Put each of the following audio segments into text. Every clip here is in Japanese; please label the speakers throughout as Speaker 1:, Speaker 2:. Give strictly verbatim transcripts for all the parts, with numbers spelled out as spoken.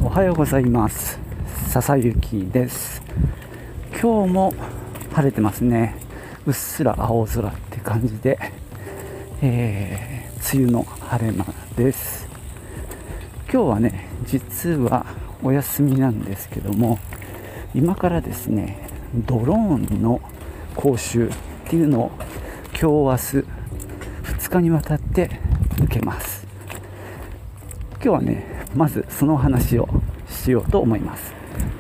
Speaker 1: おはようございます。笹雪です。今日も晴れてますね。うっすら青空って感じで、えー、梅雨の晴れ間です。今日はね、実はお休みなんですけども、今からですね、ドローンの講習っていうのを今日明日ふつかにわたって受けます。今日はね、まずその話をしようと思います。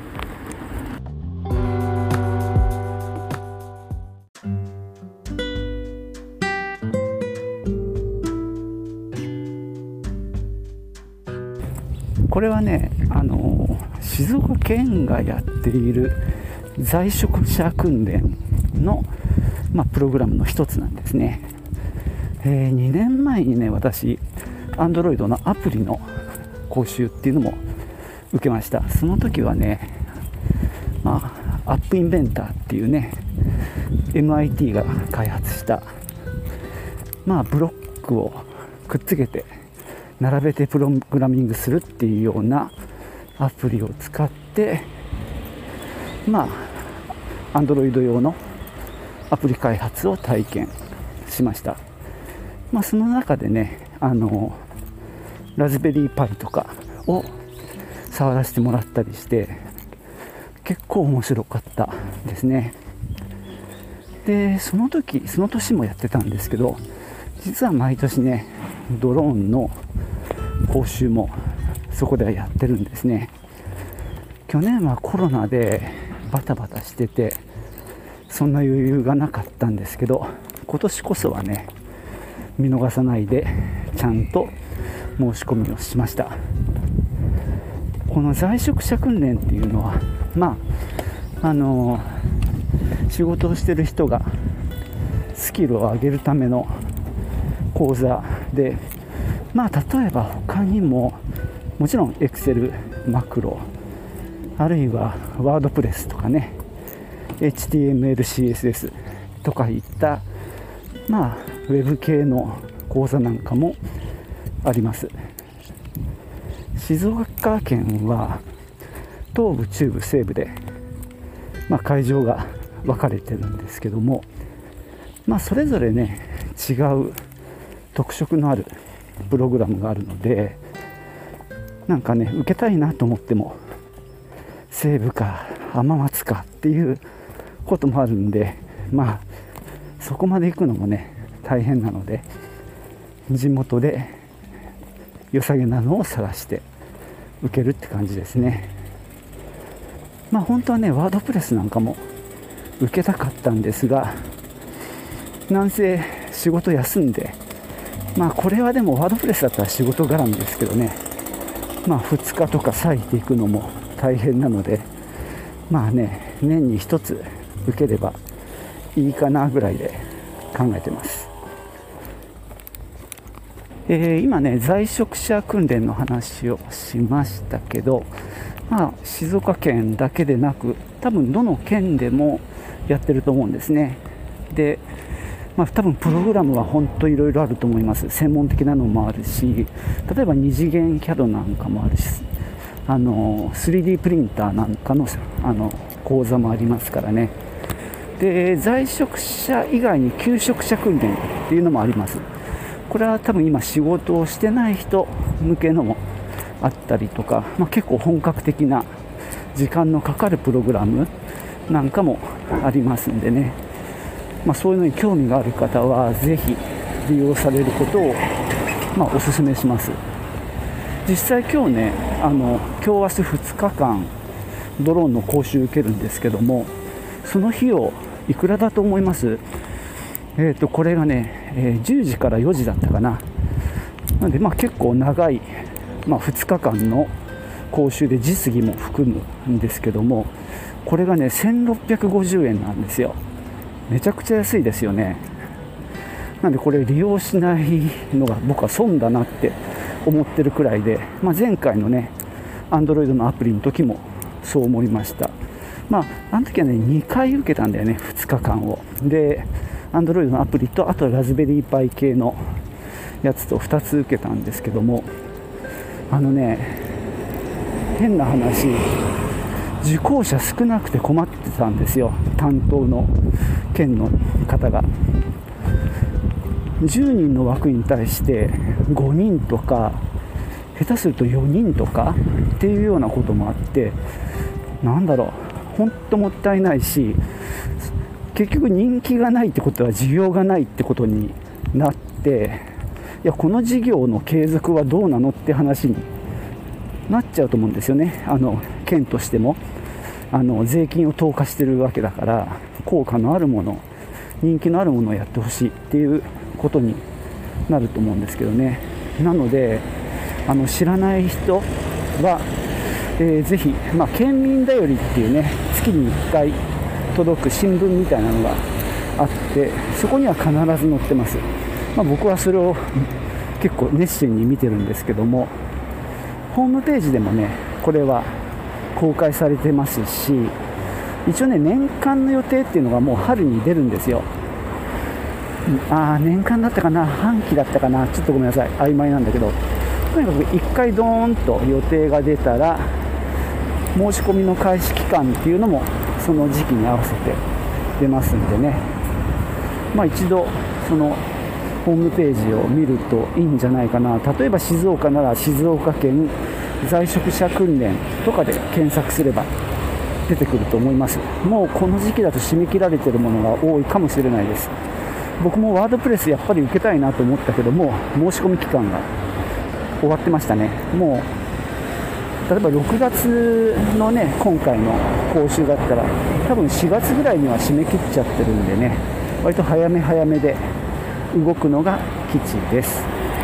Speaker 1: これはね、あの静岡県がやっている在職者訓練の、まあ、プログラムの一つなんですね。えー、にねんまえにね、私 Android のアプリの講習っていうのも受けました。その時はね、まあ、アップインベンターっていうね エムアイティー が開発した、まあ、ブロックをくっつけて並べてプログラミングするっていうようなアプリを使って、まあ Android 用のアプリ開発を体験しました。まあ、その中でね、あのラズベリーパイとかを触らせてもらったりして結構面白かったですね。で、その時その年もやってたんですけど、実は毎年ね、ドローンの講習もそこではやってるんですね。去年はコロナでバタバタしててそんな余裕がなかったんですけど、今年こそはね、見逃さないでちゃんと申し込みをしました。この在職者訓練っていうのは、まああの仕事をしてる人がスキルを上げるための講座で、まあ例えば他にももちろん Excel マクロ、あるいは WordPress とかね、 エイチティーエムエル シーエスエス とかいったまあウェブ系の講座なんかもあります。静岡県は東部、中部、西部で、まあ、会場が分かれてるんですけども、まあ、それぞれね違う特色のあるプログラムがあるので、なんかね受けたいなと思っても西部か浜松かっていうこともあるんで、まあそこまで行くのもね大変なので、地元で良さげなのを探して受けるって感じですね。まあ本当はね、ワードプレスなんかも受けたかったんですが、なんせ仕事休んで、まあこれはでもワードプレスだったら仕事絡みですけどね、まあふつかとか割いていくのも大変なので、まあね、年に一つ受ければいいかなぐらいで考えてます。えー、今ね、在職者訓練の話をしましたけど、まあ、静岡県だけでなく多分どの県でもやってると思うんですね。で、まあ、多分プログラムは本当いろいろあると思います。専門的なのもあるし、例えば二次元 キャド なんかもあるし、あの スリーディー プリンターなんかの、あの講座もありますからね。で、在職者以外に求職者訓練っていうのもあります。これは多分今仕事をしてない人向けのもあったりとか、まあ、結構本格的な時間のかかるプログラムなんかもありますんでね、まあ、そういうのに興味がある方はぜひ利用されることを、まあ、お勧めします。実際今日ね、あの今日明日ふつかかんドローンの講習受けるんですけども、その費用いくらだと思います？えー、とこれがね、えー、じゅうじからよじだったかな。なので、まあ、結構長い、まあ、ふつかかんの講習で実技も含むんですけども、これがねせんろっぴゃくごじゅうえんなんですよ。めちゃくちゃ安いですよね。なのでこれ利用しないのが僕は損だなって思ってるくらいで、まあ、前回のね Android のアプリの時もそう思いました。まああの時はねにかい受けたんだよね、ふつかかんを。でAndroid のアプリと、あとラズベリーパイ系のやつとふたつ受けたんですけども、あのね変な話受講者少なくて困ってたんですよ。担当の県の方がじゅうにんの枠に対してごにんとか下手するとよにんとかっていうようなこともあって、なんだろう、本当もったいないし、結局人気がないってことは需要がないってことになって、いやこの事業の継続はどうなのって話になっちゃうと思うんですよね。あの県としてもあの税金を投下してるわけだから、効果のあるもの、人気のあるものをやってほしいっていうことになると思うんですけどね。なのであの知らない人は、えー、ぜひ、まあ、県民だよりっていうね、月にいっかい届く新聞みたいなのがあって、そこには必ず載ってます。まあ、僕はそれを結構熱心に見てるんですけども、ホームページでもねこれは公開されてますし、一応ね年間の予定っていうのがもう春に出るんですよ。あー年間だったかな、半期だったかな、ちょっとごめんなさい、曖昧なんだけど、とにかくいっかいドーンと予定が出たら申し込みの開始期間っていうのもその時期に合わせて出ますんでね、まあ一度そのホームページを見るといいんじゃないかな。例えば静岡なら静岡県在職者訓練とかで検索すれば出てくると思います。もうこの時期だと締め切られているものが多いかもしれないです。僕もワードプレスやっぱり受けたいなと思ったけども、申し込み期間が終わってましたね。もう例えばろくがつのね今回の講習だったら多分しがつぐらいには締め切っちゃってるんでね、割と早め早めで動くのが基地です。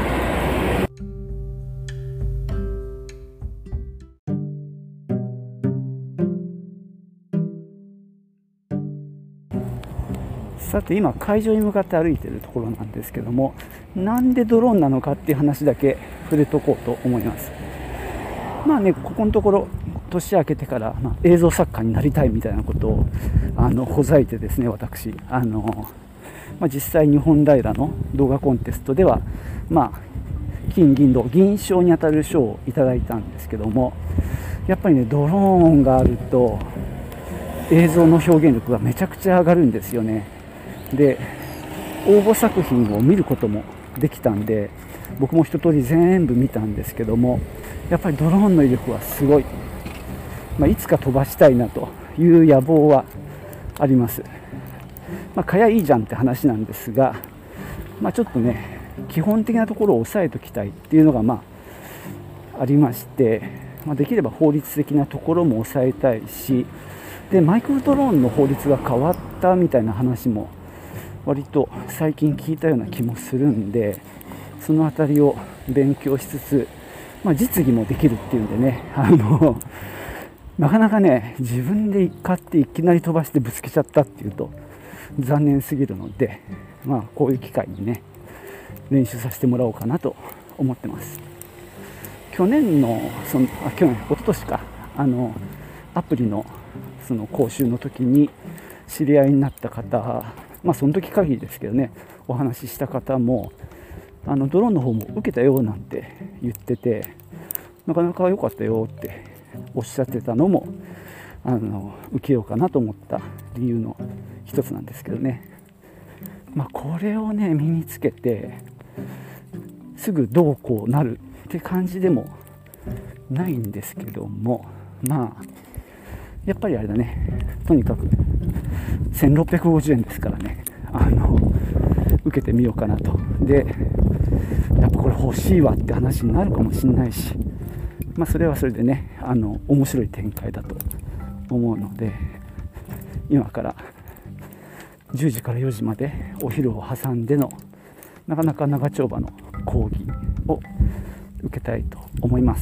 Speaker 1: さて今会場に向かって歩いているところなんですけども、なんでドローンなのかっていう話だけ触れとこうと思います。まあね、ここのところ年明けてから、まあ、映像作家になりたいみたいなことをあのほざいてですね、私あの、まあ、実際日本平の動画コンテストでは、まあ、金銀銅銀賞にあたる賞をいただいたんですけども、やっぱりねドローンがあると映像の表現力がめちゃくちゃ上がるんですよね。で応募作品を見ることもできたんで、僕も一通り全部見たんですけども、やっぱりドローンの威力はすごい、まあ、いつか飛ばしたいなという野望はあります。まあ、かやいいじゃんって話なんですが、まあ、ちょっとね基本的なところを押さえておきたいっていうのがまあありまして、まあ、できれば法律的なところも抑えたいし、でマイクロドローンの法律が変わったみたいな話も割と最近聞いたような気もするんで、そのあたりを勉強しつつ、まあ、実技もできるっていうんでね、あのなかなかね自分で買っていきなり飛ばしてぶつけちゃったっていうと残念すぎるので、まあ、こういう機会にね練習させてもらおうかなと思ってます。去年のそのあ去年一昨年かあのアプリのその講習の時に知り合いになった方、まあその時限りですけどね、お話しした方もあのドローンの方も受けたよなんて言ってて、なかなか良かったよっておっしゃってたのもあの受けようかなと思った理由の一つなんですけどね。まあこれをね身につけてすぐどうこうなるって感じでもないんですけども、まあやっぱりあれだね、とにかくせんろっぴゃくごじゅうえんですからね、あの受けてみようかなと。でやっぱこれ欲しいわって話になるかもしれないし、まあそれはそれでねあの面白い展開だと思うので、今からじゅうじからよじまでお昼を挟んでのなかなか長丁場の講義を受けたいと思います。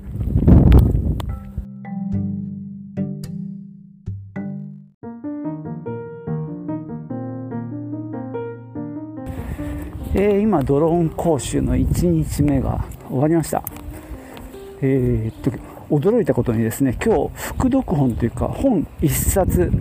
Speaker 1: えー、今ドローン講習のいちにちめが終わりました。えー、っと驚いたことにですね、今日副読本というか本いっさつ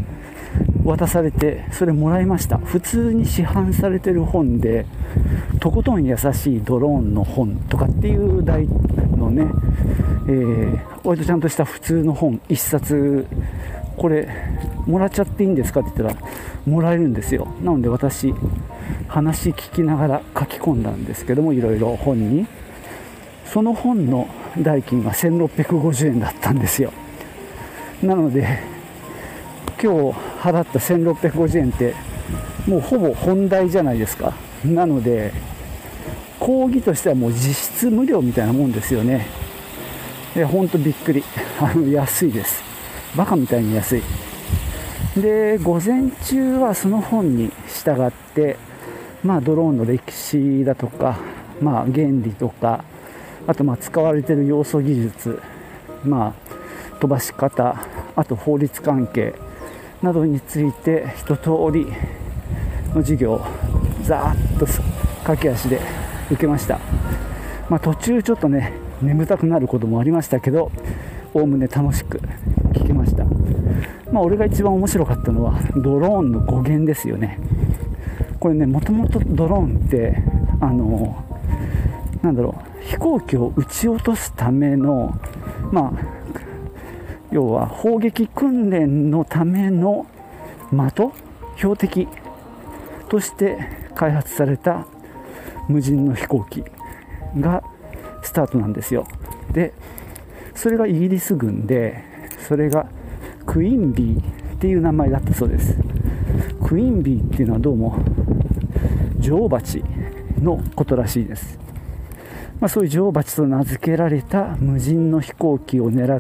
Speaker 1: 渡されて、それもらいました。普通に市販されてる本で、とことん優しいドローンの本とかっていう題のね、えー、割とちゃんとした普通の本いっさつ、これもらっちゃっていいんですかって言ったらもらえるんですよ。なので私話聞きながら書き込んだんですけども、いろいろ本に、その本の代金がせんろっぴゃくごじゅうえんだったんですよ。なので今日払ったせんろっぴゃくごじゅうえんってもうほぼ本題じゃないですか。なので講義としてはもう実質無料みたいなもんですよね。いや本当びっくり、あの安いです。バカみたいに安いで、午前中はその本に従って、まあ、ドローンの歴史だとか、まあ、原理とか、あとまあ使われている要素技術、まあ、飛ばし方、あと法律関係などについて一通りの授業をざーっと駆け足で受けました。まあ、途中ちょっとね眠たくなることもありましたけど、おおむね楽しく聞けました。まあ、俺が一番面白かったのはドローンの語源ですよね。これね、もともとドローンってあのなんだろう飛行機を撃ち落とすための、まあ、要は砲撃訓練のための的、標的として開発された無人の飛行機がスタートなんですよ。でそれがイギリス軍で、それがクインビーっていう名前だったそうです。クインビーっていうのはどうも女王蜂のことらしいです。まあ、そういう女王蜂と名付けられた無人の飛行機を狙って、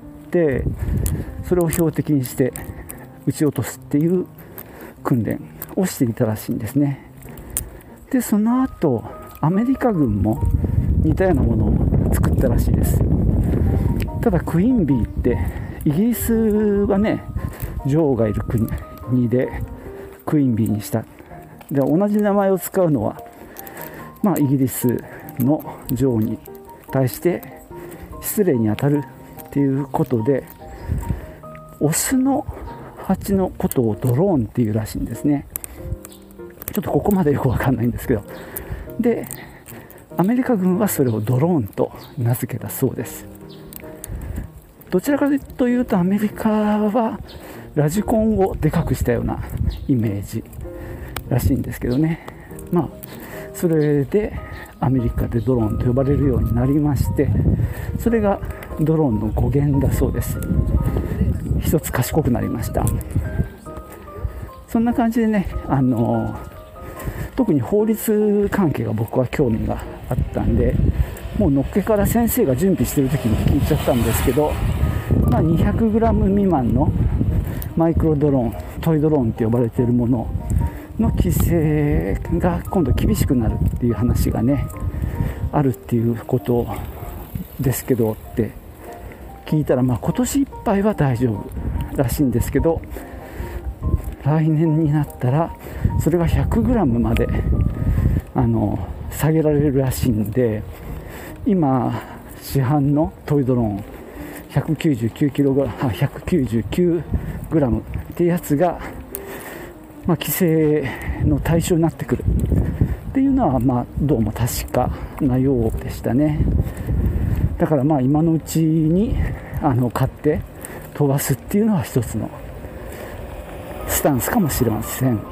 Speaker 1: それを標的にして撃ち落とすっていう訓練をしていたらしいんですね。でその後アメリカ軍も似たようなものを作ったらしいです。ただクインビーってイギリスはね女王がいる国でクイーンビーにした。で同じ名前を使うのは、まあ、イギリスの女王に対して失礼に当たるっていうことで、オスの蜂のことをドローンっていうらしいんですね。ちょっとここまでよくわかんないんですけど、でアメリカ軍はそれをドローンと名付けたそうです。どちらかというとアメリカはラジコンをでかくしたようなイメージらしいんですけどね。まあそれでアメリカでドローンと呼ばれるようになりまして、それがドローンの語源だそうです。一つ賢くなりました。そんな感じでね、あの特に法律関係が僕は興味があったんで、もうのっけから先生が準備してる時に聞いちゃったんですけど、まあ、にひゃくグラム 未満のマイクロドローン、トイドローンと呼ばれているものの規制が今度厳しくなるっていう話がねあるっていうことですけどって聞いたら、まあ今年いっぱいは大丈夫らしいんですけど、来年になったらそれが ひゃくグラム まであの下げられるらしいんで、今市販のトイドローンひゃくきゅうじゅうきゅうキログラム、ひゃくきゅうじゅうきゅうグラムっていうやつが、まあ、規制の対象になってくるっていうのは、まあ、どうも確かなようでしたね。だからまあ今のうちにあの買って飛ばすっていうのは一つのスタンスかもしれません。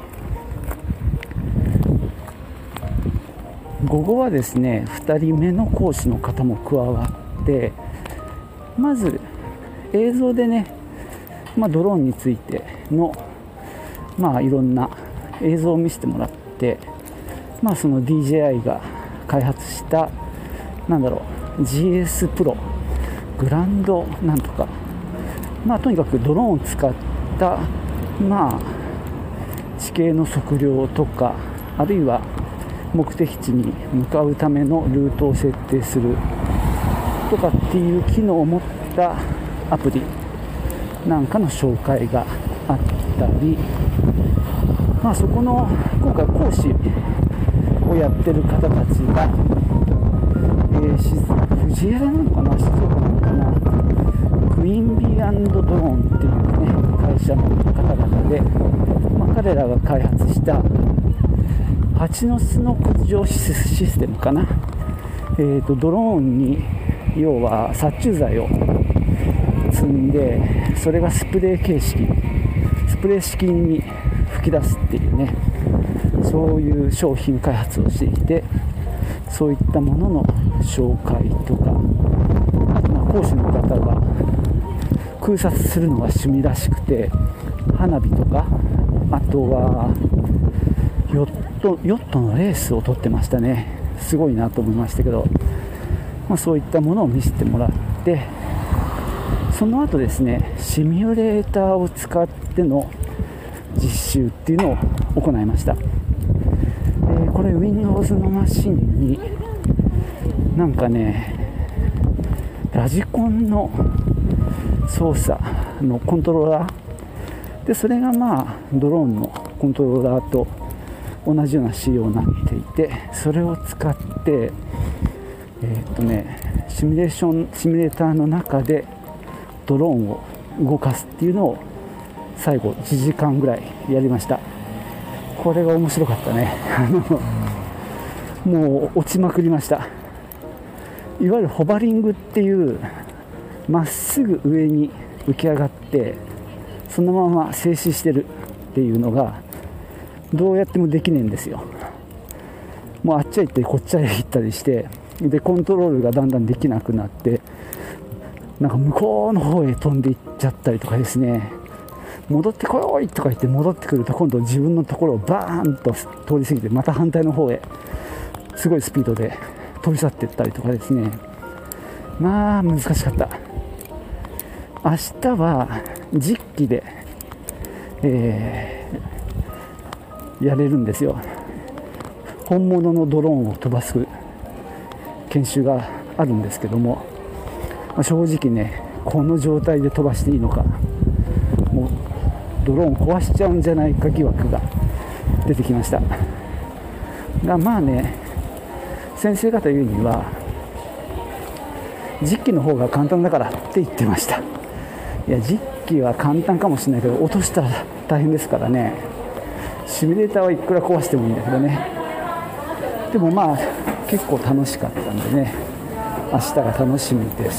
Speaker 1: 午後はですねふたりめの講師の方も加わって、まず映像でね、まあ、ドローンについてのまあいろんな映像を見せてもらって、まあその ディージェーアイ が開発したなんだろう ジーエス プログランドなんとか、まあとにかくドローンを使ったまあ地形の測量とか、あるいは目的地に向かうためのルートを設定するとかっていう機能を持ったアプリなんかの紹介があったり、まあそこの今回講師をやってる方たちが、えー、藤枝なのかな、静岡なのかな、クウィンビー&ドローンっていうね会社の方々で、まあ、彼らが開発した蜂の巣の駆除システムかな、えーと、ドローンに要は殺虫剤を積んで、それがスプレー形式スプレー式に吹き出すっていうね、そういう商品開発をしていて、そういったものの紹介とか、あとまあ講師の方が空撮するのが趣味らしくて、花火とか、あとはヨット、ヨットのレースを撮ってましたね。すごいなと思いましたけど、まあ、そういったものを見せてもらって、その後ですね、シミュレーターを使っての実習っていうのを行いました。でこれ Windows のマシンになんかね、ラジコンの操作のコントローラーで、それがまあドローンのコントローラーと同じような仕様になっていて、それを使ってえーっとねシミュレーションシミュレーターの中でドローンを動かすっていうのを最後いちじかんぐらいやりました。これが面白かったね。あのもう落ちまくりました。いわゆるホバリングっていうまっすぐ上に浮き上がってそのまま静止してるっていうのがどうやってもできねえんですよ。もうあっちゃ行ってこっちゃ行ったりして、でコントロールがだんだんできなくなって、なんか向こうの方へ飛んでいっちゃったりとかですね、戻ってこよいとか言って戻ってくると今度自分のところをバーンと通り過ぎてまた反対の方へすごいスピードで飛び去っていったりとかですね、まあ難しかった。明日は実機で、えー、やれるんですよ。本物のドローンを飛ばす研修があるんですけども、まあ、正直ね、この状態で飛ばしていいのか、もうドローン壊しちゃうんじゃないか疑惑が出てきましたが、まあね、先生方言うには実機の方が簡単だからって言ってました。いや、実機は簡単かもしれないけど落としたら大変ですからね。シミュレーターはいくら壊してもいいんだけどね。でもまあ結構楽しかったんでね、明日が楽しみです。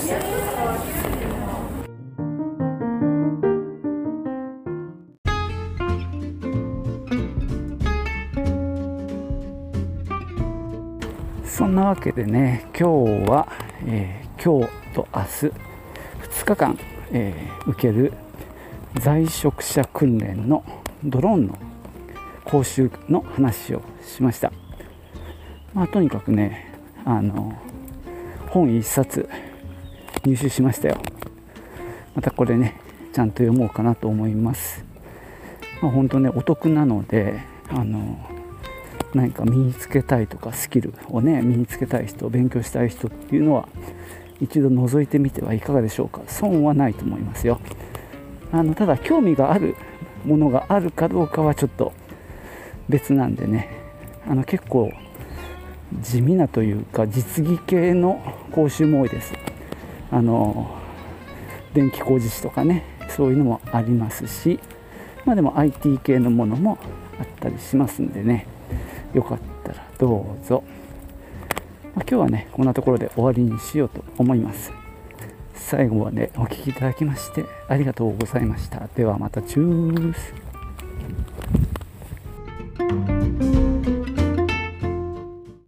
Speaker 1: そんなわけでね、今日は、えー、今日と明日ふつかかん、えー、受ける在職者訓練のドローンの講習の話をしました。まあ、とにかくね、あの本一冊入手しましたよ。またこれね、ちゃんと読もうかなと思います。まあ、本当ね、お得なので、あの何か身につけたいとかスキルをね身につけたい人、勉強したい人っていうのは一度覗いてみてはいかがでしょうか。損はないと思いますよ。あのただ興味があるものがあるかどうかはちょっと別なんでね、あの結構地味なというか実技系の講習も多いです。あの電気工事士とかね、そういうのもありますし、まあでも アイティー 系のものもあったりしますんでね、よかったらどうぞ。まあ、今日はねこんなところで終わりにしようと思います。最後までお聞きいただきましてありがとうございました。ではまたチュース。